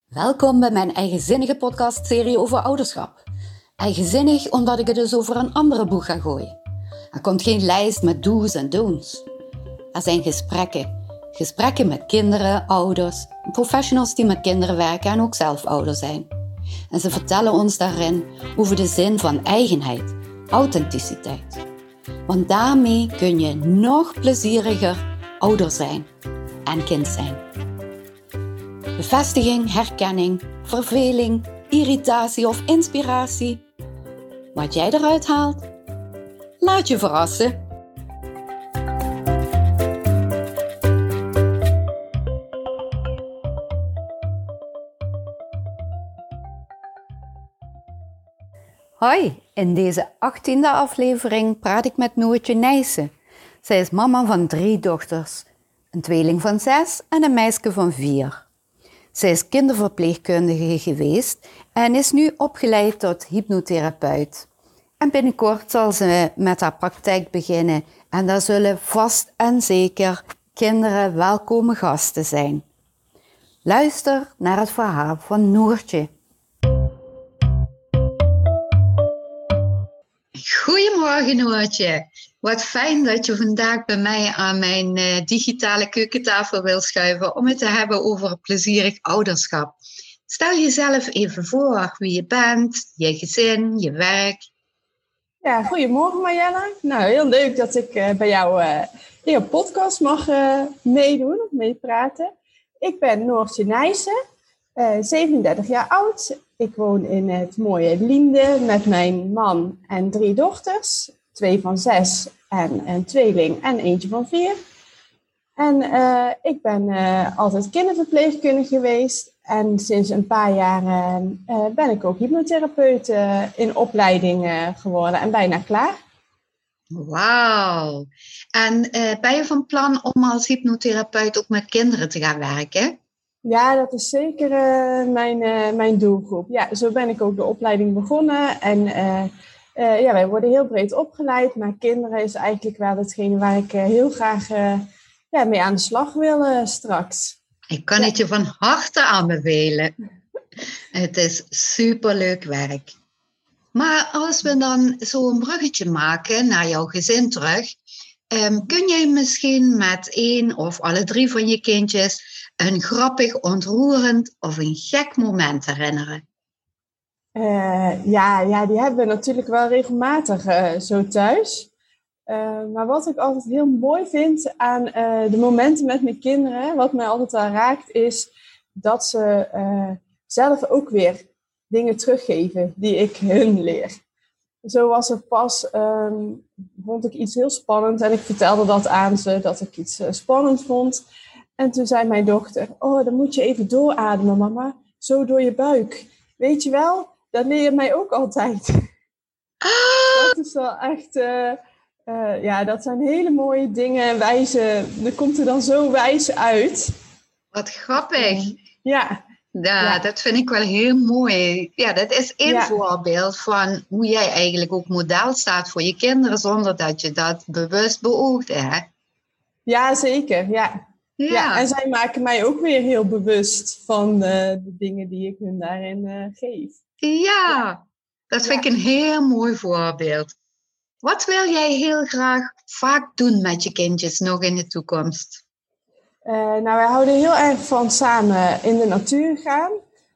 Welkom bij mijn eigenzinnige podcastserie over ouderschap. Eigenzinnig omdat ik het dus over een andere boeg ga gooien. Er komt geen lijst met do's en don'ts. Er zijn gesprekken. Gesprekken met kinderen, ouders, professionals die met kinderen werken en ook zelf ouder zijn. En ze vertellen ons daarin over de zin van eigenheid, authenticiteit. Want daarmee kun je nog plezieriger ouder zijn en kind zijn. Bevestiging, herkenning, verveling, irritatie of inspiratie. Wat jij eruit haalt, laat je verrassen. Hoi, in deze 18e aflevering praat ik met Noortje Nijssen. Zij is mama van 3 dochters, een tweeling van 6 en een meisje van 4. Zij is kinderverpleegkundige geweest en is nu opgeleid tot hypnotherapeut. En binnenkort zal ze met haar praktijk beginnen en daar zullen vast en zeker kinderen welkome gasten zijn. Luister naar het verhaal van Noortje. Goedemorgen Noortje. Wat fijn dat je vandaag bij mij aan mijn digitale keukentafel wil schuiven om het te hebben over plezierig ouderschap. Stel jezelf even voor wie je bent, je gezin, je werk. Ja, goedemorgen Marjelle. Nou, heel leuk dat ik bij jou in je podcast mag meedoen, meepraten. Ik ben Noortje Nijssen, 37 jaar oud. Ik woon in het mooie Liende met mijn man en 3 dochters. 2 van 6 en een tweeling en eentje van 4. En ik ben altijd kinderverpleegkundige geweest. En sinds een paar jaar ben ik ook hypnotherapeut in opleiding geworden en bijna klaar. Wauw. En ben je van plan om als hypnotherapeut ook met kinderen te gaan werken? Ja, dat is zeker mijn doelgroep. Ja, zo ben ik ook de opleiding begonnen. En wij worden heel breed opgeleid. Maar kinderen is eigenlijk wel hetgene waar ik heel graag mee aan de slag wil straks. Ik kan het je van harte aanbevelen. Het is superleuk werk. Maar als we dan zo een bruggetje maken naar jouw gezin terug, kun jij misschien met 1 of alle 3 van je kindjes een grappig, ontroerend of een gek moment herinneren? Ja, die hebben we natuurlijk wel regelmatig zo thuis. Maar wat ik altijd heel mooi vind aan de momenten met mijn kinderen, wat mij altijd wel raakt, is dat ze zelf ook weer dingen teruggeven die ik hun leer. Zo was het pas, vond ik iets heel spannend en ik vertelde dat aan ze, dat ik iets spannend vond. En toen zei mijn dochter, dan moet je even doorademen mama, zo door je buik. Weet je wel, dat leer je mij ook altijd. Dat is wel echt, dat zijn hele mooie dingen, wijze, dat komt er dan zo wijs uit. Wat grappig. Ja, dat vind ik wel heel mooi. Ja, dat is één voorbeeld van hoe jij eigenlijk ook model staat voor je kinderen, zonder dat je dat bewust beoogt, hè? Ja, zeker, ja, en zij maken mij ook weer heel bewust van de dingen die ik hun daarin geef. Ja, dat vind ik een heel mooi voorbeeld. Wat wil jij heel graag vaak doen met je kindjes nog in de toekomst? Wij houden heel erg van samen in de natuur gaan.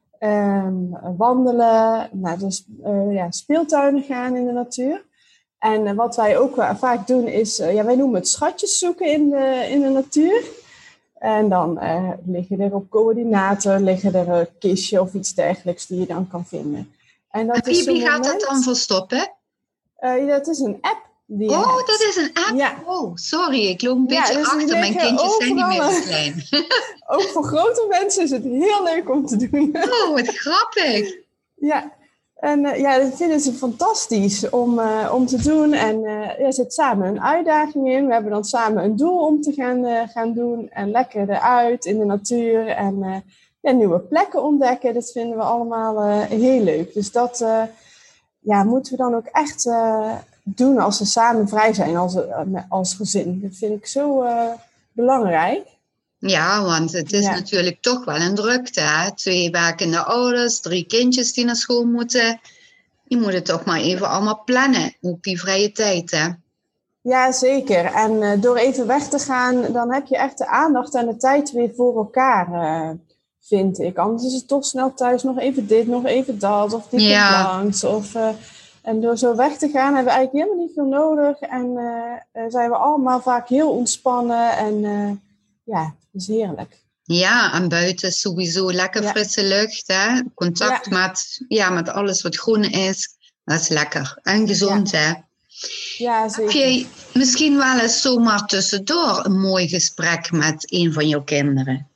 Wandelen, speeltuinen gaan in de natuur. En wat wij ook vaak doen is, wij noemen het schatjes zoeken in de natuur. En dan liggen er op coördinator, liggen er een kistje of iets dergelijks die je dan kan vinden. En wie gaat dat dan verstoppen? Dat is een app. Dat is een app? Ja. Oh, sorry, ik loop een beetje achter. Mijn kindjes zijn niet meer zo klein. Ook voor grote mensen is het heel leuk om te doen. Oh, wat grappig. Ja, en dat vinden ze fantastisch om te doen. En er zit samen een uitdaging in. We hebben dan samen een doel om te gaan doen. En lekker eruit in de natuur. En nieuwe plekken ontdekken. Dat vinden we allemaal heel leuk. Dus dat moeten we dan ook echt doen als ze samen vrij zijn als gezin. Dat vind ik zo belangrijk. Ja, want het is natuurlijk toch wel een drukte. Hè? 2 werkende ouders, 3 kindjes die naar school moeten. Je moet het toch maar even allemaal plannen, ook die vrije tijd, hè? Ja, zeker. En door even weg te gaan, dan heb je echt de aandacht en de tijd weer voor elkaar, vind ik. Anders is het toch snel thuis nog even dit, nog even dat, of die komt langs. En door zo weg te gaan hebben we eigenlijk helemaal niet veel nodig. En zijn we allemaal vaak heel ontspannen en ja, dat is heerlijk. Ja, en buiten is sowieso lekker frisse lucht, hè? Contact met alles wat groen is. Dat is lekker en gezond, hè? Ja, zeker. Heb je misschien wel eens zomaar tussendoor een mooi gesprek met een van jouw kinderen?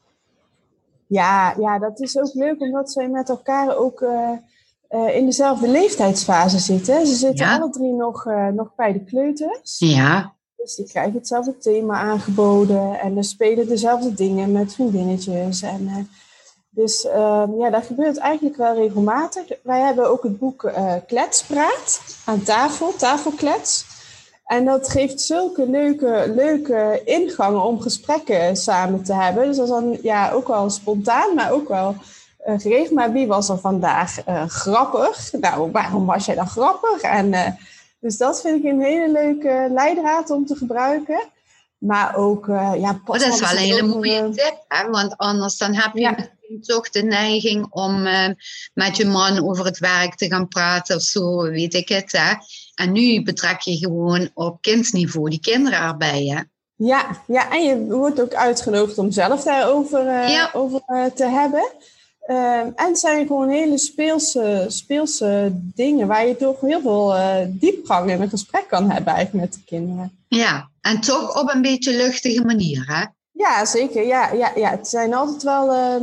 Ja, dat is ook leuk, omdat zij met elkaar ook in dezelfde leeftijdsfase zitten. Ze zitten alle 3 nog bij de kleuters. Ja. Dus die krijgen hetzelfde thema aangeboden en spelen dezelfde dingen met vriendinnetjes. En, dus dat gebeurt eigenlijk wel regelmatig. Wij hebben ook het boek Kletspraat aan tafel, tafelklets. En dat geeft zulke leuke ingangen om gesprekken samen te hebben. Dus dat is dan ook wel spontaan, maar ook wel geregeld. Maar wie was er vandaag grappig? Nou, waarom was jij dan grappig? En dus dat vind ik een hele leuke leidraad om te gebruiken. Maar ook, dat is wel een hele mooie tip, hè? Want anders dan heb je misschien toch de neiging om met je man over het werk te gaan praten of zo, weet ik het, hè? En nu betrek je gewoon op kindsniveau die kinderen erbij, hè? Ja, en je wordt ook uitgenodigd om zelf daarover over te hebben. En het zijn gewoon hele speelse dingen waar je toch heel veel diepgang in een gesprek kan hebben eigenlijk met de kinderen. Ja, en toch op een beetje luchtige manier, hè? Ja, zeker. Ja. Het zijn altijd wel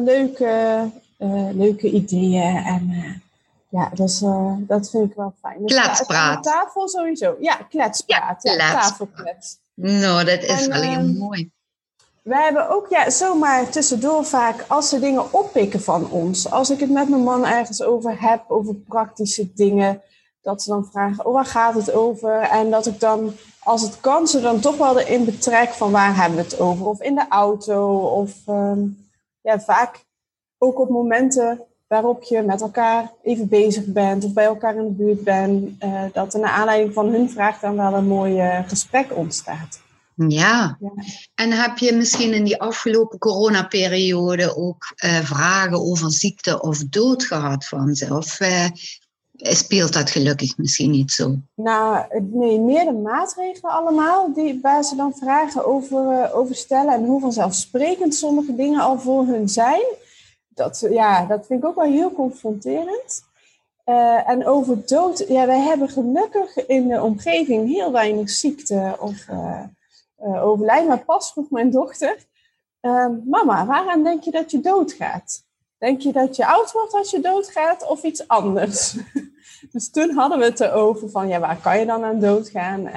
leuke ideeën en dat vind ik wel fijn. Dus kletspraat. Aan de tafel sowieso. Ja, kletspraat. Ja, tafelklets. Nou, dat is wel heel mooi. We hebben ook zomaar tussendoor vaak als ze dingen oppikken van ons. Als ik het met mijn man ergens over heb, over praktische dingen, dat ze dan vragen, waar gaat het over? En dat ik dan, als het kan, ze dan toch wel erin betrek van waar hebben we het over? Of in de auto, of vaak ook op momenten waarop je met elkaar even bezig bent of bij elkaar in de buurt bent, dat er naar aanleiding van hun vraag dan wel een mooi gesprek ontstaat. Ja, en heb je misschien in die afgelopen coronaperiode ook vragen over ziekte of dood gehad van ze? Of speelt dat gelukkig misschien niet zo? Nou, nee, meer de maatregelen allemaal, waar ze dan vragen over stellen en hoe vanzelfsprekend sommige dingen al voor hun zijn. Dat vind ik ook wel heel confronterend. En over dood, wij hebben gelukkig in de omgeving heel weinig ziekte of overlijden. Maar pas vroeg mijn dochter, mama, waaraan denk je dat je doodgaat? Denk je dat je oud wordt als je doodgaat of iets anders? Dus toen hadden we het erover van, waar kan je dan aan doodgaan?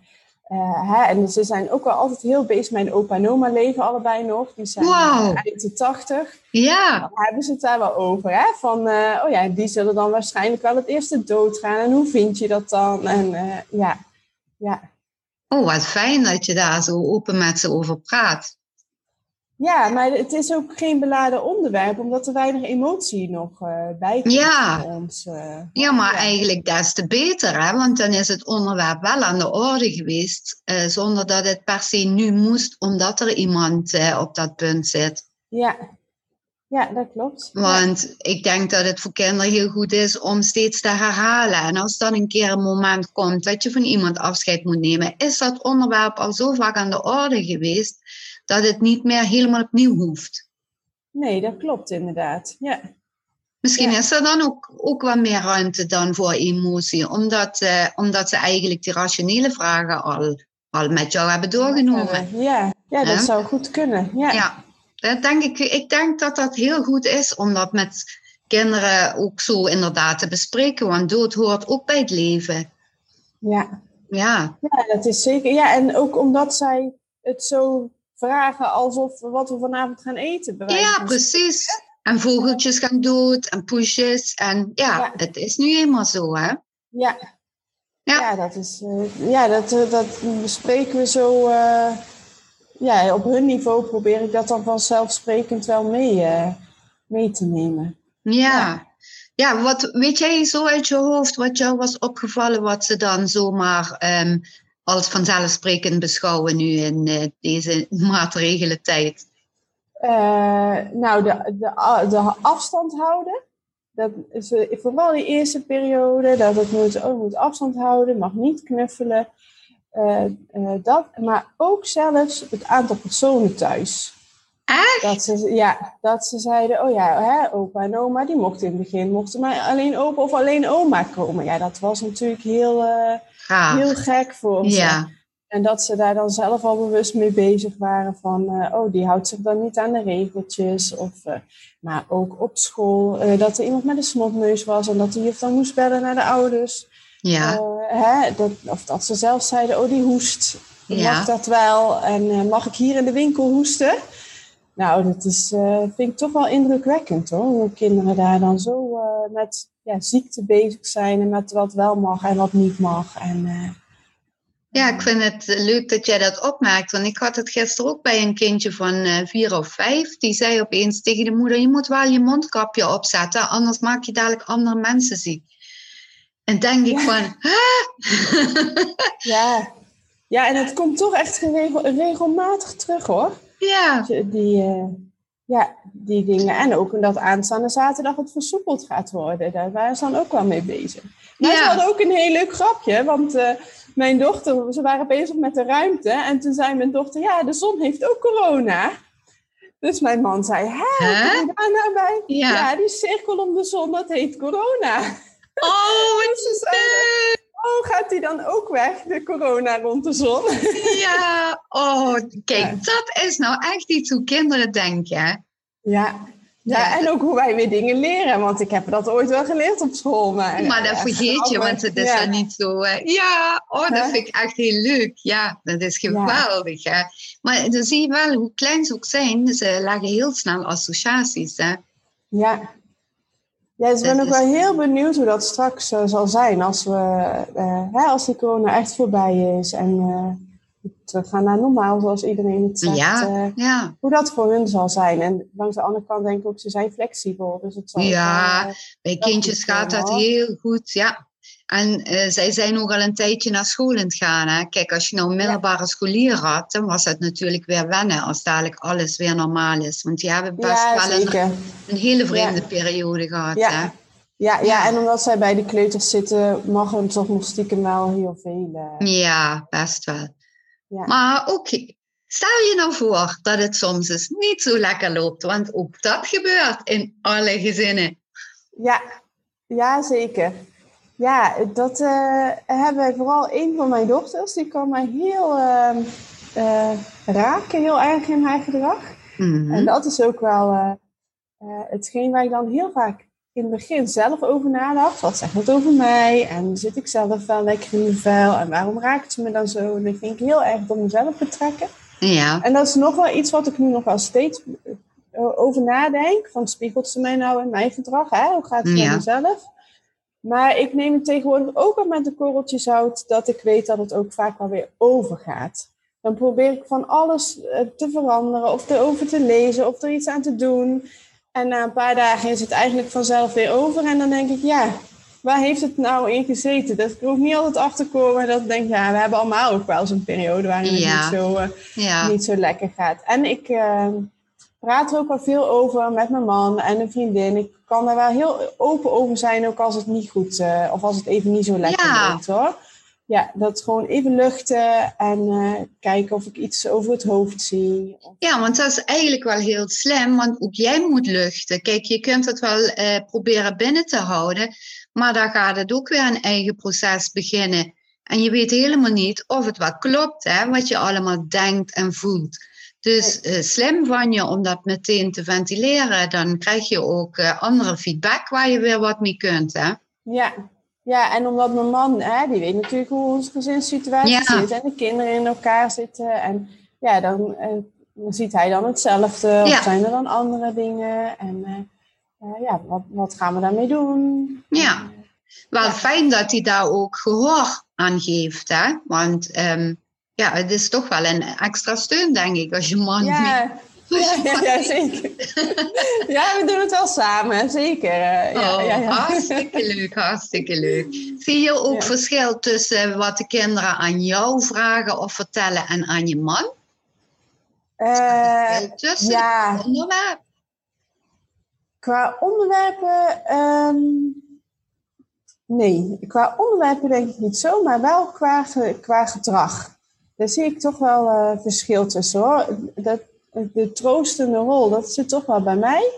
En ze zijn ook wel altijd heel bezig. Mijn opa en oma leven allebei nog. Die zijn eind de 80. Ja. Dan hebben ze het daar wel over. Hè? Van, die zullen dan waarschijnlijk wel het eerste doodgaan. En hoe vind je dat dan? En ja. Oh, wat fijn dat je daar zo open met ze over praat. Ja, maar het is ook geen beladen onderwerp, omdat er weinig emotie nog bij komt voor ons. Maar eigenlijk des te beter, hè? Want dan is het onderwerp wel aan de orde geweest, zonder dat het per se nu moest, omdat er iemand op dat punt zit. Ja, dat klopt. Want ik denk dat het voor kinderen heel goed is om steeds te herhalen. En als dan een keer een moment komt dat je van iemand afscheid moet nemen, is dat onderwerp al zo vaak aan de orde geweest, dat het niet meer helemaal opnieuw hoeft. Nee, dat klopt inderdaad, ja. Misschien is er dan ook wat meer ruimte dan voor emotie, omdat ze eigenlijk die rationele vragen al met jou hebben doorgenomen. Ja, dat zou goed kunnen. Ja, dat denk ik. Ik denk dat dat heel goed is om dat met kinderen ook zo inderdaad te bespreken, want dood hoort ook bij het leven. Ja, dat is zeker. Ja, en ook omdat zij het zo vragen alsof wat we vanavond gaan eten. Ja, precies. En vogeltjes gaan dood en poesjes. En het is nu eenmaal zo, hè? Ja, dat is... dat bespreken we zo... ja, op hun niveau probeer ik dat dan vanzelfsprekend wel mee te nemen. Ja, wat weet jij zo uit je hoofd wat jou was opgevallen, wat ze dan zomaar als vanzelfsprekend beschouwen nu in deze maatregelentijd? Nou, de afstand houden. Dat is vooral die eerste periode, dat het moet afstand houden, mag niet knuffelen. Maar ook zelfs het aantal personen thuis. Echt? Dat ze zeiden, oh ja, hè, opa en oma, die mochten in het begin maar alleen opa of alleen oma komen. Ja, dat was natuurlijk heel gek voor ze. En dat ze daar dan zelf al bewust mee bezig waren van, die houdt zich dan niet aan de regeltjes. Maar ook op school, dat er iemand met een snotneus was en dat de juf dan moest bellen naar de ouders. Ja. Of dat ze zelf zeiden, die hoest. Mag dat wel? En mag ik hier in de winkel hoesten? Nou, dat vind ik toch wel indrukwekkend hoor. Hoe kinderen daar dan zo met ziekte bezig zijn en met wat wel mag en wat niet mag. Ja, ik vind het leuk dat jij dat opmerkt. Want ik had het gisteren ook bij een kindje van 4 of 5. Die zei opeens tegen de moeder, je moet wel je mondkapje opzetten, anders maak je dadelijk andere mensen ziek. En denk ik van, Ja, en het komt toch echt regelmatig terug hoor. Ja. Die dingen. En ook dat aanstaande zaterdag het versoepeld gaat worden. Daar waren ze dan ook wel mee bezig. Maar ze hadden ook een heel leuk grapje. Want mijn dochter, ze waren bezig met de ruimte. En toen zei mijn dochter, de zon heeft ook corona. Dus mijn man zei, hè, wat kom je daar nou bij? Ja, die cirkel om de zon, dat heet corona. Oh, dus gaat die dan ook weg, de corona rond de zon? Ja, kijk, dat is nou echt iets hoe kinderen denken. Ja, en ook hoe wij weer dingen leren. Want ik heb dat ooit wel geleerd op school. Maar dat vergeet je, want het is dan niet zo... dat vind ik echt heel leuk. Ja, dat is geweldig. Hè? Maar dan zie je wel, hoe klein ze ook zijn, ze leggen heel snel associaties. Hè? Ja, dus ik ben ook wel heel benieuwd hoe dat straks zal zijn. Als die corona echt voorbij is en terug gaan naar normaal, zoals iedereen het zegt. Hoe dat voor hun zal zijn. En langs de andere kant denk ik ook, ze zijn flexibel. Dus het zal bij kindjes gaat dat heel goed, ja. En zij zijn ook al een tijdje naar school aan het gaan. Hè? Kijk, als je nou een middelbare scholier had, dan was het natuurlijk weer wennen als dadelijk alles weer normaal is. Want die hebben best wel een hele vreemde periode gehad. Hè? Ja, en omdat zij bij de kleuters zitten, mag er toch nog stiekem wel heel veel. Ja, best wel. Ja. Maar oké, stel je nou voor dat het soms eens niet zo lekker loopt, want ook dat gebeurt in alle gezinnen. Ja, zeker. Ja, dat hebben wij vooral een van mijn dochters, die kan mij heel raken, heel erg in haar gedrag. Mm-hmm. En dat is ook wel hetgeen waar ik dan heel vaak in het begin zelf over nadacht. Wat zegt het over mij? En zit ik zelf wel lekker in mijn vel? En waarom raakt ze me dan zo? En dat vind ik heel erg op mezelf betrekken. Ja. En dat is nog wel iets wat ik nu nog wel steeds over nadenk. Van spiegelt ze mij nou in mijn gedrag? Hè? Hoe gaat het met mezelf? Maar ik neem het tegenwoordig ook wel met een korreltje zout, dat ik weet dat het ook vaak wel weer overgaat. Dan probeer ik van alles te veranderen of erover te lezen of er iets aan te doen. En na een paar dagen is het eigenlijk vanzelf weer over. En dan denk ik, waar heeft het nou in gezeten? Dat ik er ook niet altijd achter kom. En dat ik denk, we hebben allemaal ook wel eens een periode waarin het niet zo lekker gaat. En ik praat er ook wel veel over met mijn man en een vriendin. Ik kan daar wel heel open over zijn, ook als het niet goed of als het even niet zo lekker loopt, hoor. Ja, dat gewoon even luchten en kijken of ik iets over het hoofd zie. Ja, want dat is eigenlijk wel heel slim, want ook jij moet luchten. Kijk, je kunt het wel proberen binnen te houden, maar dan gaat het ook weer een eigen proces beginnen. En je weet helemaal niet of het wel klopt, hè, wat je allemaal denkt en voelt. Dus slim van je om dat meteen te ventileren. Dan krijg je ook andere feedback waar je weer wat mee kunt, hè? Ja, en omdat mijn man, die weet natuurlijk hoe onze gezinssituatie zit. En de kinderen in elkaar zitten. En dan ziet hij dan hetzelfde. Of zijn er dan andere dingen. En wat gaan we daarmee doen? Ja, wel fijn dat hij daar ook gehoor aan geeft, hè? Want ja, het is toch wel een extra steun, denk ik, als je man Ja, ja, zeker. Ja, we doen het wel samen, zeker. Hartstikke leuk, hartstikke leuk. Zie je ook verschil tussen wat de kinderen aan jou vragen of vertellen en aan je man? Tussen ja, onderwerp? Qua onderwerpen, nee, qua onderwerpen denk ik niet zo, maar wel qua gedrag. Daar zie ik toch wel verschil tussen, hoor. De troostende rol, dat zit toch wel bij mij.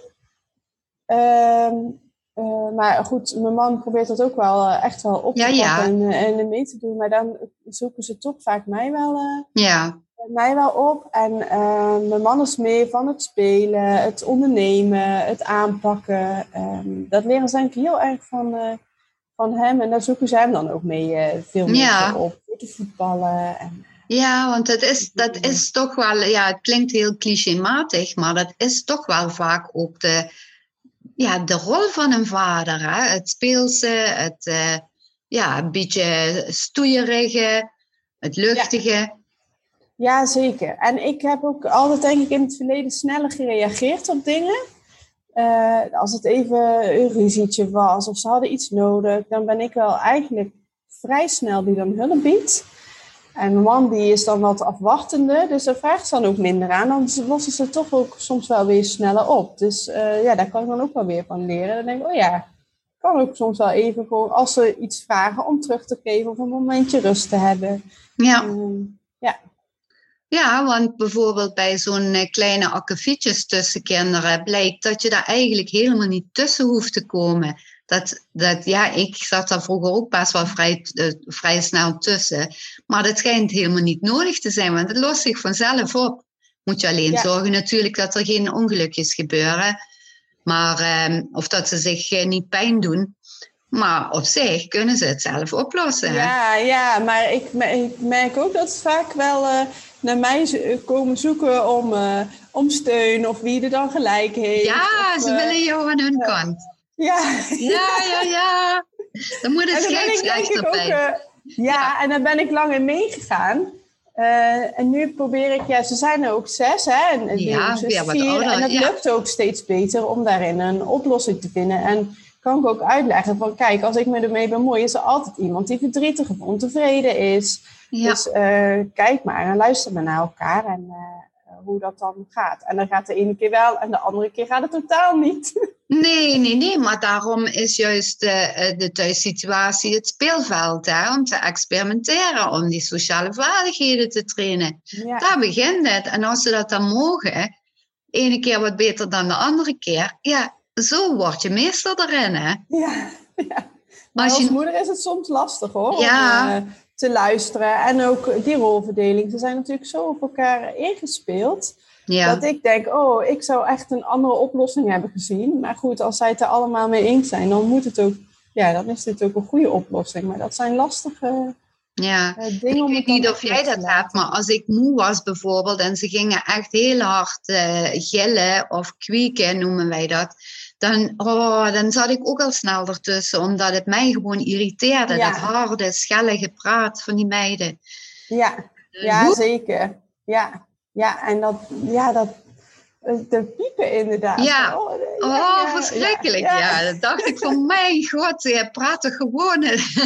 Maar goed, mijn man probeert dat ook wel echt wel op te pakken en mee te doen. Maar dan zoeken ze toch vaak mij wel op. En mijn man is meer van het spelen, het ondernemen, het aanpakken. Dat leren ze eigenlijk heel erg van hem. En daar zoeken ze hem dan ook mee veel meer op. Te voetballen. Ja, want dat is toch wel... Ja, het klinkt heel clichématig, maar dat is toch wel vaak ook de rol van een vader. Hè? Het speelse, het een beetje stoeierige, het luchtige. Ja, zeker. En ik heb ook altijd, denk ik, in het verleden sneller gereageerd op dingen. Als het even een ruzietje was of ze hadden iets nodig, dan ben ik wel eigenlijk vrij snel die dan hulp biedt. En mijn man die is dan wat afwachtende, dus daar vraagt ze dan ook minder aan. Dan lossen ze toch ook soms wel weer sneller op. Dus daar kan ik dan ook wel weer van leren. Dan denk ik, ik kan ook soms wel even gewoon, als ze iets vragen, om terug te geven of een momentje rust te hebben. Ja, want bijvoorbeeld bij zo'n kleine akkefietjes tussen kinderen blijkt dat je daar eigenlijk helemaal niet tussen hoeft te komen. Ik zat daar vroeger ook best wel vrij snel tussen. Maar dat schijnt helemaal niet nodig te zijn, want het lost zich vanzelf op. Moet je alleen zorgen natuurlijk dat er geen ongelukjes gebeuren. Maar, of dat ze zich niet pijn doen. Maar op zich kunnen ze het zelf oplossen. Ja, maar ik merk ook dat ze vaak wel naar mij komen zoeken om steun of wie er dan gelijk heeft. Ja, ze willen jou aan hun kant. Ja. Dan moet het scheidsrechter bij. En daar ben ik lang in meegegaan. En nu probeer ik, ze zijn er ook 6, hè? En weer wat 4. Ouder, en het lukt ook steeds beter om daarin een oplossing te vinden. En kan ik ook uitleggen van, kijk, als ik me ermee bemoei, is er altijd iemand die verdrietig of ontevreden is. Ja. Dus kijk maar en luister maar naar elkaar en hoe dat dan gaat. En dan gaat de ene keer wel en de andere keer gaat het totaal niet. Nee, maar daarom is juist de thuissituatie het speelveld, hè, om te experimenteren, om die sociale vaardigheden te trainen. Ja. Daar begint het. En als ze dat dan mogen, ene keer wat beter dan de andere keer, zo word je meester erin, hè. Ja. Maar als moeder is het soms lastig, hoor, om te luisteren. En ook die rolverdeling. Ze zijn natuurlijk zo op elkaar ingespeeld. Ja. Dat ik denk, ik zou echt een andere oplossing hebben gezien. Maar goed, als zij het er allemaal mee eens zijn, dan moet het ook, dan is dit ook een goede oplossing. Maar dat zijn lastige dingen. Ik weet niet of jij dat hebt, maar als ik moe was bijvoorbeeld en ze gingen echt heel hard gillen of kwieken, noemen wij dat. Dan zat ik ook al snel ertussen, omdat het mij gewoon irriteerde. Dat harde, schelle gepraat van die meiden. Ja, zeker. Ja, en dat de piepen inderdaad. Verschrikkelijk. Ja, dat dacht ik van, mijn god, je praat er gewoon.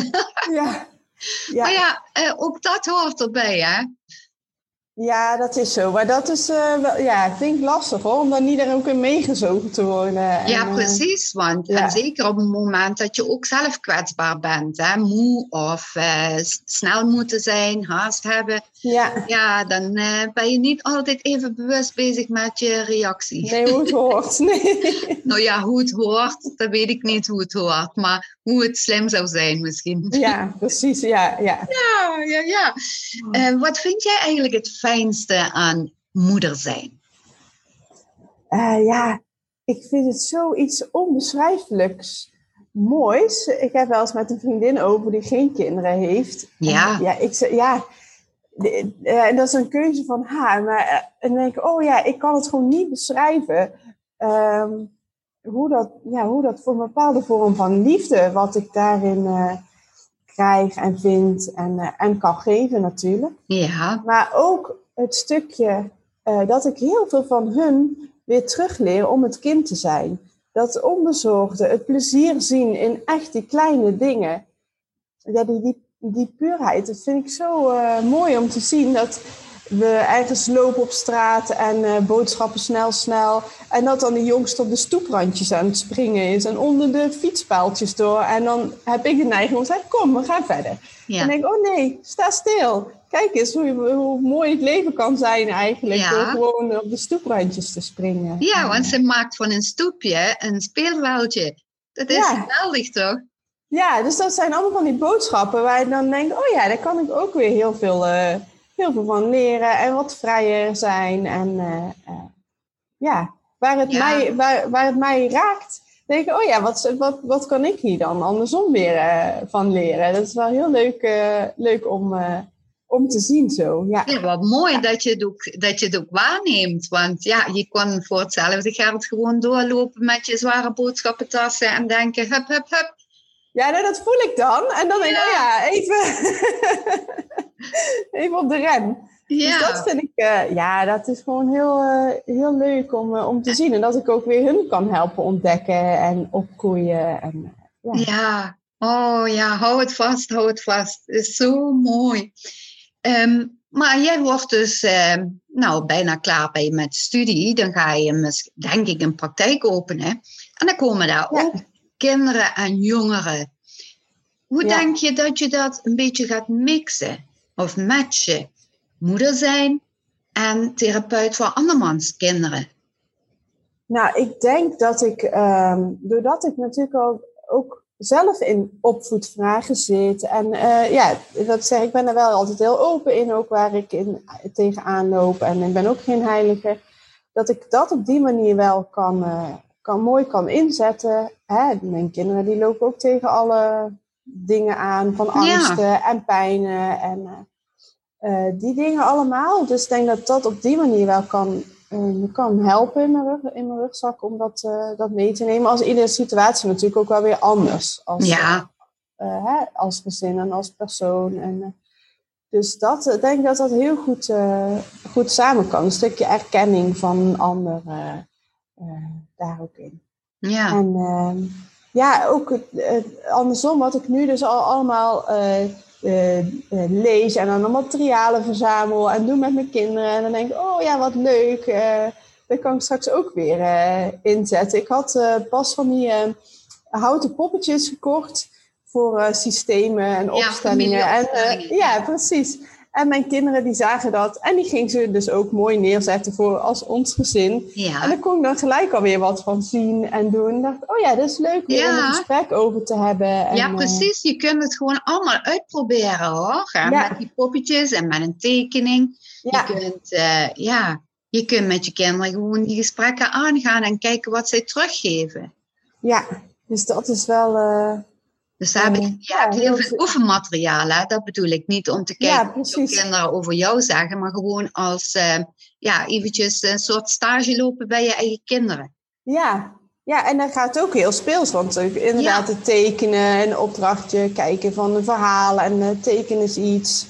Maar ook dat hoort erbij, hè? Ja, dat is zo. Maar dat is vind ik lastig, hoor, om dan niet er ook in meegezogen te worden. Precies. Want en zeker op het moment dat je ook zelf kwetsbaar bent, hè, moe of snel moeten zijn, haast hebben. Ja, dan ben je niet altijd even bewust bezig met je reactie. Nee, hoe het hoort. Nee. Nou ja, hoe het hoort, dat weet ik niet hoe het hoort. Maar hoe het slim zou zijn misschien. Ja, precies. Ja. Wat vind jij eigenlijk het fijnste aan moeder zijn? Ik vind het zoiets onbeschrijfelijks moois. Ik heb wel eens met een vriendin over die geen kinderen heeft. En dat is een keuze van haar. Maar dan denk ik, ik kan het gewoon niet beschrijven. Hoe dat voor een bepaalde vorm van liefde, wat ik daarin krijg en vind en kan geven natuurlijk. Ja. Maar ook het stukje dat ik heel veel van hun weer terugleer om het kind te zijn. Dat onbezorgde, het plezier zien in echt die kleine dingen. Ja, die puurheid, dat vind ik zo mooi om te zien. Dat we ergens lopen op straat en boodschappen snel. En dat dan de jongste op de stoeprandjes aan het springen is. En onder de fietspaaltjes door. En dan heb ik de neiging om te zeggen, kom, we gaan verder. Ja. En denk ik, oh nee, sta stil. Kijk eens hoe mooi het leven kan zijn eigenlijk. Door gewoon op de stoeprandjes te springen. Ja, want ze maakt van een stoepje een speelveldje. Dat is geweldig, toch? Ja, dus dat zijn allemaal van die boodschappen waar je dan denkt, oh ja, daar kan ik ook weer heel veel van leren en wat vrijer zijn. En waar het mij raakt, denk ik, oh ja, wat kan ik hier dan andersom weer van leren? Dat is wel heel leuk om te zien zo. Ja, ja, wat mooi dat je het ook waarneemt. Want ja, je kon voor hetzelfde geld gewoon doorlopen met je zware boodschappentassen en denken, hup, hup, hup. Ja, dat voel ik dan. En dan denk ik, oh ja, even op de rem. Ja. Dus dat vind ik, dat is gewoon heel leuk om te zien. En dat ik ook weer hun kan helpen ontdekken en opgroeien. En, ja, oh ja, hou het vast. Het is zo mooi. Maar jij wordt dus bijna klaar met studie. Dan ga je, denk ik, een praktijk openen. En dan komen daar ook kinderen en jongeren. Hoe denk je dat je dat een beetje gaat mixen of matchen? Moeder zijn en therapeut voor andermans kinderen. Nou, ik denk dat ik, doordat ik natuurlijk ook zelf in opvoedvragen zit. En dat zeg ik, ben er wel altijd heel open in, ook waar ik tegenaan loop. En ik ben ook geen heilige. Dat ik dat op die manier wel mooi kan inzetten. Hè? Mijn kinderen die lopen ook tegen alle dingen aan, van angsten en pijnen en die dingen allemaal. Dus ik denk dat dat op die manier wel kan helpen in mijn rugzak om dat mee te nemen. Als iedere situatie natuurlijk ook wel weer anders. Als gezin en als persoon. En, dus ik denk dat dat heel goed samen kan. Een stukje erkenning van een ander daar ook in. Ja. En ook andersom, wat ik nu dus al allemaal lees en dan materialen verzamel en doe met mijn kinderen. En dan denk ik, oh ja, wat leuk. Dat kan ik straks ook weer inzetten. Ik had pas van die houten poppetjes gekocht voor systemen en opstellingen. Ja, precies. En mijn kinderen die zagen dat. En die gingen ze dus ook mooi neerzetten voor als ons gezin. Ja. En daar kon ik dan gelijk alweer wat van zien en doen. En dacht, oh ja, dat is leuk om een gesprek over te hebben. En, ja, precies. Je kunt het gewoon allemaal uitproberen hoor. Met die poppetjes en met een tekening. Ja. Je kunt met je kinderen gewoon die gesprekken aangaan en kijken wat zij teruggeven. Ja, dus dat is wel... Dus je hebt heel veel oefenmateriaal, hè? Dat bedoel ik niet om te kijken wat kinderen over jou zeggen, maar gewoon als eventjes een soort stage lopen bij je eigen kinderen. Ja, en dan gaat het ook heel speels, want inderdaad het tekenen, een opdrachtje, kijken van een verhaal en tekenen is iets.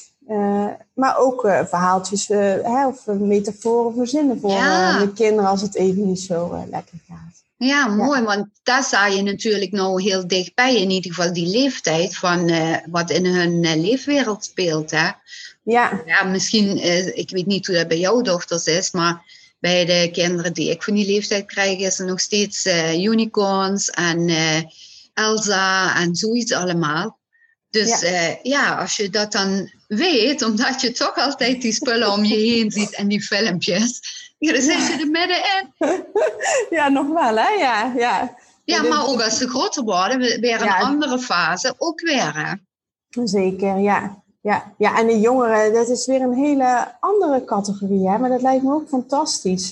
Maar ook verhaaltjes of metaforen verzinnen voor de kinderen als het even niet zo lekker gaat. Ja, mooi, want daar sta je natuurlijk nou heel dichtbij, in ieder geval die leeftijd van wat in hun leefwereld speelt. Hè? Ja, misschien, ik weet niet hoe dat bij jouw dochters is, maar bij de kinderen die ik van die leeftijd krijg, is er nog steeds unicorns en Elsa en zoiets allemaal. Dus als je dat dan weet, omdat je toch altijd die spullen om je heen ziet en die filmpjes, dan zit je er middenin. Ja, nog wel hè, ja. Ja, maar ook als ze groter worden, weer een andere fase, ook weer hè. Zeker, ja. Ja, en de jongeren, dat is weer een hele andere categorie hè, maar dat lijkt me ook fantastisch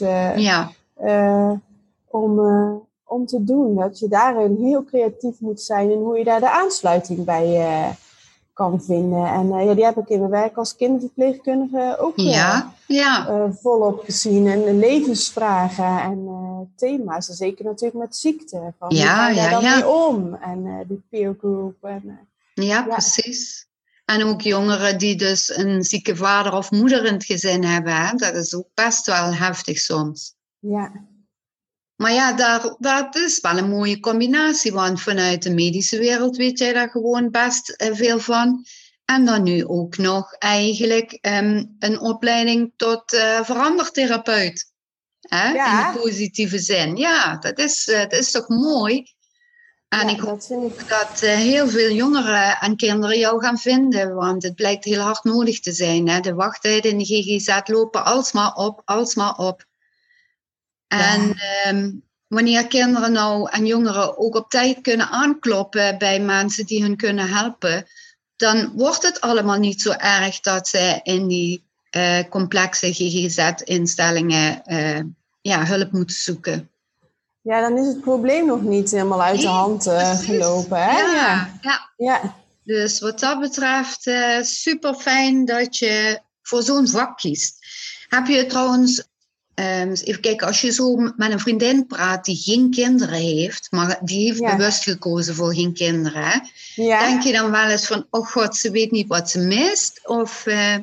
om te doen. Dat je daarin heel creatief moet zijn en hoe je daar de aansluiting bij kan vinden. En die heb ik in mijn werk als kinderverpleegkundige ook volop gezien. En levensvragen en thema's. Zeker natuurlijk met ziekte. Van, hoe ga je daar dan mee om? En die peer group. En, Ja, precies. En ook jongeren die dus een zieke vader of moeder in het gezin hebben. Hè? Dat is ook best wel heftig soms. Ja. Maar ja, dat is wel een mooie combinatie. Want vanuit de medische wereld weet jij daar gewoon best veel van. En dan nu ook nog eigenlijk een opleiding tot verandertherapeut. Hè? In de positieve zin. Ja, dat is toch mooi. En ik hoop ook dat heel veel jongeren en kinderen jou gaan vinden, want het blijkt heel hard nodig te zijn. Hè? De wachttijden in de GGZ lopen alsmaar op. En wanneer kinderen nou en jongeren ook op tijd kunnen aankloppen bij mensen die hun kunnen helpen, dan wordt het allemaal niet zo erg dat ze in die complexe GGZ-instellingen hulp moeten zoeken. Ja, dan is het probleem nog niet helemaal uit de hand gelopen. Hè? Ja. Dus wat dat betreft super fijn dat je voor zo'n vak kiest. Heb je trouwens, even kijken, als je zo met een vriendin praat die geen kinderen heeft, maar die heeft bewust gekozen voor geen kinderen. Hè? Ja. Denk je dan wel eens van, oh god, ze weet niet wat ze mist? Of...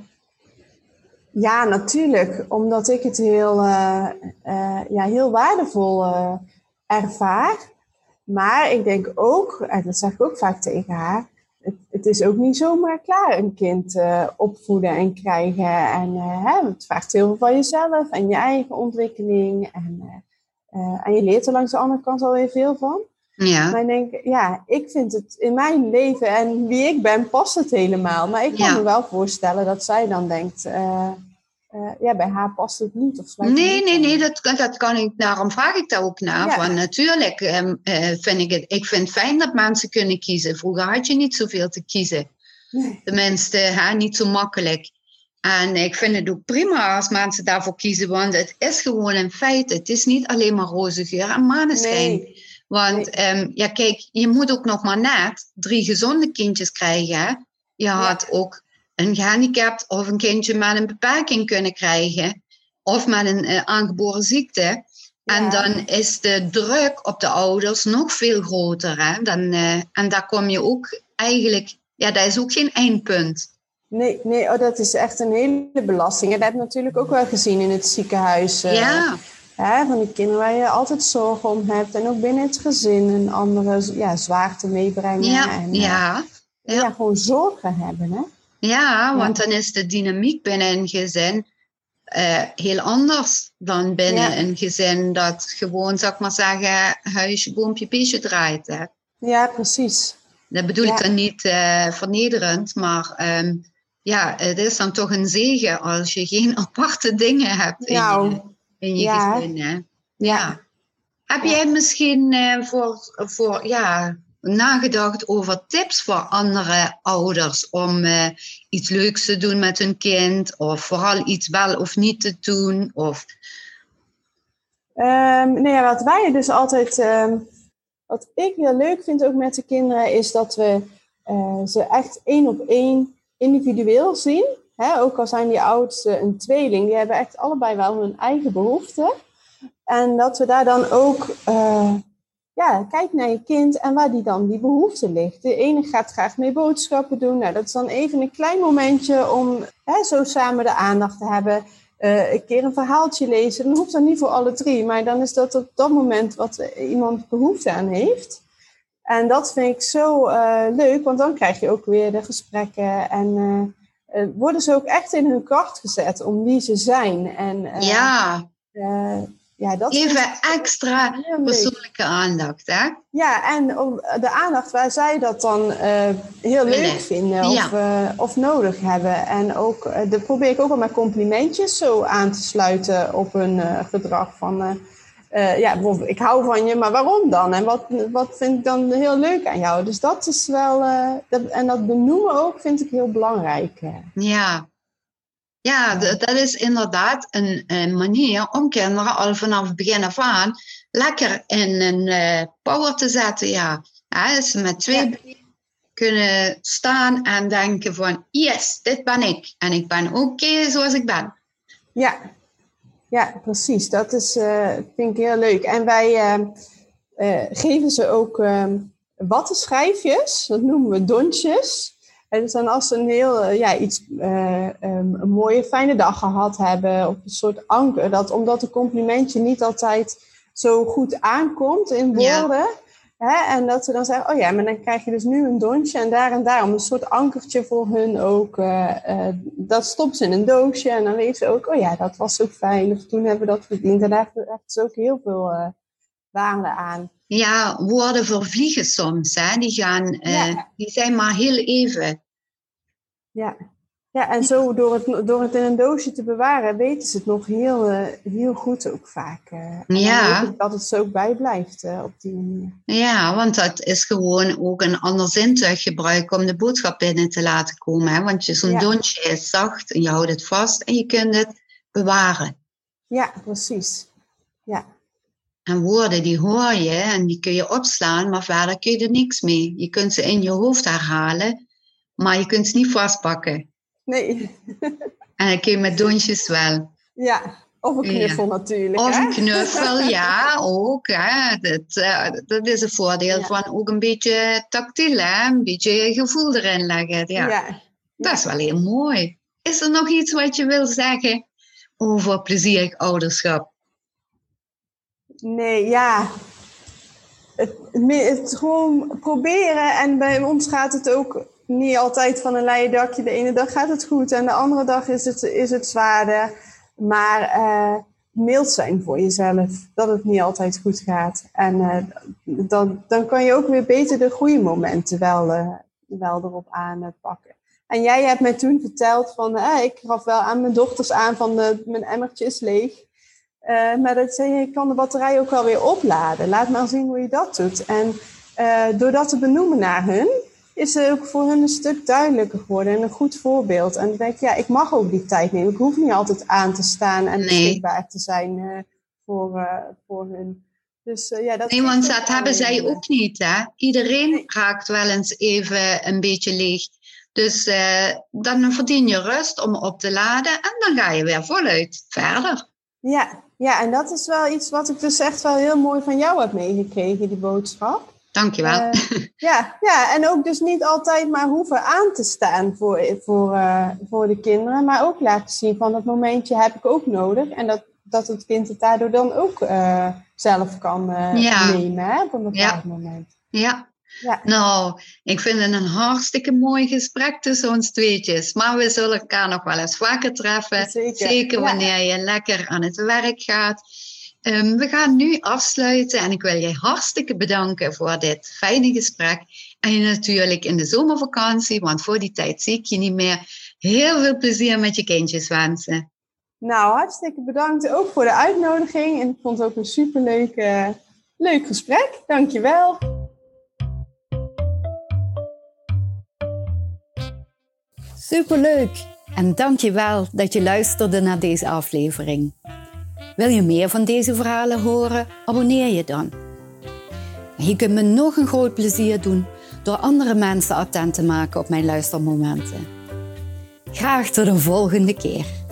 Ja, natuurlijk. Omdat ik het heel waardevol ervaar. Maar ik denk ook, en dat zeg ik ook vaak tegen haar, het is ook niet zomaar klaar een kind opvoeden en krijgen. En het vraagt heel veel van jezelf en je eigen ontwikkeling. En je leert er langs de andere kant alweer veel van. Ja. Maar ik denk, ik vind het in mijn leven en wie ik ben, past het helemaal. Maar ik kan me wel voorstellen dat zij dan denkt, bij haar past het niet. Of nee, dat kan ik. Daarom vraag ik daar ook naar. Ja. Want natuurlijk ik vind het fijn dat mensen kunnen kiezen. Vroeger had je niet zoveel te kiezen. Nee. Tenminste, niet zo makkelijk. En ik vind het ook prima als mensen daarvoor kiezen. Want het is gewoon een feit. Het is niet alleen maar roze geur en maneschijn. Nee. Want kijk, je moet ook nog maar net 3 gezonde kindjes krijgen. Hè? Je had ook een gehandicapt of een kindje met een beperking kunnen krijgen. Of met een aangeboren ziekte. Ja. En dan is de druk op de ouders nog veel groter. Hè? En daar kom je ook eigenlijk... Ja, dat is ook geen eindpunt. Nee, dat is echt een hele belasting. En dat heb je natuurlijk ook wel gezien in het ziekenhuis. Van die kinderen waar je altijd zorgen om hebt. En ook binnen het gezin een andere zwaarte meebrengen. Ja, gewoon zorgen hebben. Hè? Ja, want dan is de dynamiek binnen een gezin heel anders dan binnen een gezin dat gewoon, zou ik maar zeggen, huisje, boompje, beestje draait. Hè? Ja, precies. Dat bedoel ik dan niet vernederend, maar het is dan toch een zegen als je geen aparte dingen hebt in je gezin. Hè? Ja. Heb jij misschien nagedacht over tips voor andere ouders om iets leuks te doen met hun kind of vooral iets wel of niet te doen? Of... wat wij dus altijd, wat ik heel leuk vind ook met de kinderen, is dat we ze echt 1 op 1 individueel zien. Hè? Ook al zijn die oudsten een tweeling, die hebben echt allebei wel hun eigen behoeften. En dat we daar dan ook kijken naar je kind en waar die behoefte ligt. De ene gaat graag mee boodschappen doen. Nou, dat is dan even een klein momentje om zo samen de aandacht te hebben. Een keer een verhaaltje lezen. Dan hoeft dat niet voor alle 3. Maar dan is dat op dat moment wat iemand behoefte aan heeft. En dat vind ik zo leuk. Want dan krijg je ook weer de gesprekken. En worden ze ook echt in hun kracht gezet om wie ze zijn. En, dat even extra persoonlijke aandacht, hè? Ja, en de aandacht waar zij dat dan heel leuk vinden of nodig hebben. En ook, dat probeer ik ook wel met complimentjes zo aan te sluiten op hun gedrag. Van, bijvoorbeeld, ik hou van je, maar waarom dan? En wat vind ik dan heel leuk aan jou? Dus dat is wel, en dat benoemen ook vind ik heel belangrijk. Ja, dat is inderdaad een manier om kinderen al vanaf het begin af aan lekker in een power te zetten. Ja, ze met 2 kunnen staan en denken van yes, dit ben ik. En ik ben oké zoals ik ben. Ja, precies. Dat is, vind ik heel leuk. En wij geven ze ook wattenschijfjes, dat noemen we donsjes. En dus dan als ze een mooie fijne dag gehad hebben, of een soort anker, dat omdat een complimentje niet altijd zo goed aankomt in woorden, en dat ze dan zeggen, maar dan krijg je dus nu een donsje en daar, om een soort ankertje voor hun ook, dat stopt ze in een doosje en dan weet ze ook, dat was zo fijn, of toen hebben we dat verdiend. En daar heeft ze ook heel veel waarde aan. Ja, woorden vervliegen soms, hè? Die zijn maar heel even. Ja, en zo door het in een doosje te bewaren, weten ze het nog heel goed ook vaak. En dan hoop ik dat het zo ook bijblijft op die manier. Ja, want dat is gewoon ook een ander zintuig gebruiken om de boodschap binnen te laten komen. Hè? Want zo'n donsje is zacht en je houdt het vast en je kunt het bewaren. Ja, precies. Ja. En woorden die hoor je en die kun je opslaan, maar verder kun je er niks mee. Je kunt ze in je hoofd herhalen, maar je kunt ze niet vastpakken. Nee. En dat kun je met donsjes wel. Ja, of een knuffel natuurlijk. Of een knuffel, ja, ook. Hè. Dat is een voordeel van ook een beetje tactiel, hè. Een beetje gevoel erin leggen. Ja. Dat is wel heel mooi. Is er nog iets wat je wil zeggen over plezierig ouderschap? Nee, het gewoon proberen. En bij ons gaat het ook niet altijd van een leien dakje. De ene dag gaat het goed en de andere dag is het zwaarder. Maar mild zijn voor jezelf, dat het niet altijd goed gaat. En dan kan je ook weer beter de goede momenten wel erop aanpakken. En jij hebt mij toen verteld van, ik gaf wel aan mijn dochters aan van mijn emmertje is leeg. Maar dat zei je kan de batterij ook wel weer opladen. Laat maar zien hoe je dat doet. En door dat te benoemen naar hun, is het ook voor hun een stuk duidelijker geworden en een goed voorbeeld. En dan denk ik, ik mag ook die tijd nemen. Ik hoef niet altijd aan te staan en beschikbaar te zijn voor hun. Dus, want dat hebben zij ook niet. Hè? Iedereen raakt wel eens even een beetje leeg. Dus dan verdien je rust om op te laden en dan ga je weer voluit verder. Ja, en dat is wel iets wat ik dus echt wel heel mooi van jou heb meegekregen, die boodschap. Dankjewel. En ook dus niet altijd maar hoeven aan te staan voor de kinderen, maar ook laten zien van dat momentje heb ik ook nodig en dat het kind het daardoor dan ook zelf kan nemen hè, op een bepaald moment. Ja. Nou, ik vind het een hartstikke mooi gesprek tussen ons tweetjes. Maar we zullen elkaar nog wel eens vaker treffen. Zeker wanneer je lekker aan het werk gaat. We gaan nu afsluiten en ik wil je hartstikke bedanken voor dit fijne gesprek. En je natuurlijk in de zomervakantie, want voor die tijd zie ik je niet meer, heel veel plezier met je kindjes wensen. Nou, hartstikke bedankt ook voor de uitnodiging. En ik vond het ook een superleuk leuk gesprek. Dankjewel. Superleuk en dankjewel dat je luisterde naar deze aflevering. Wil je meer van deze verhalen horen? Abonneer je dan. En je kunt me nog een groot plezier doen door andere mensen attent te maken op mijn luistermomenten. Graag tot de volgende keer.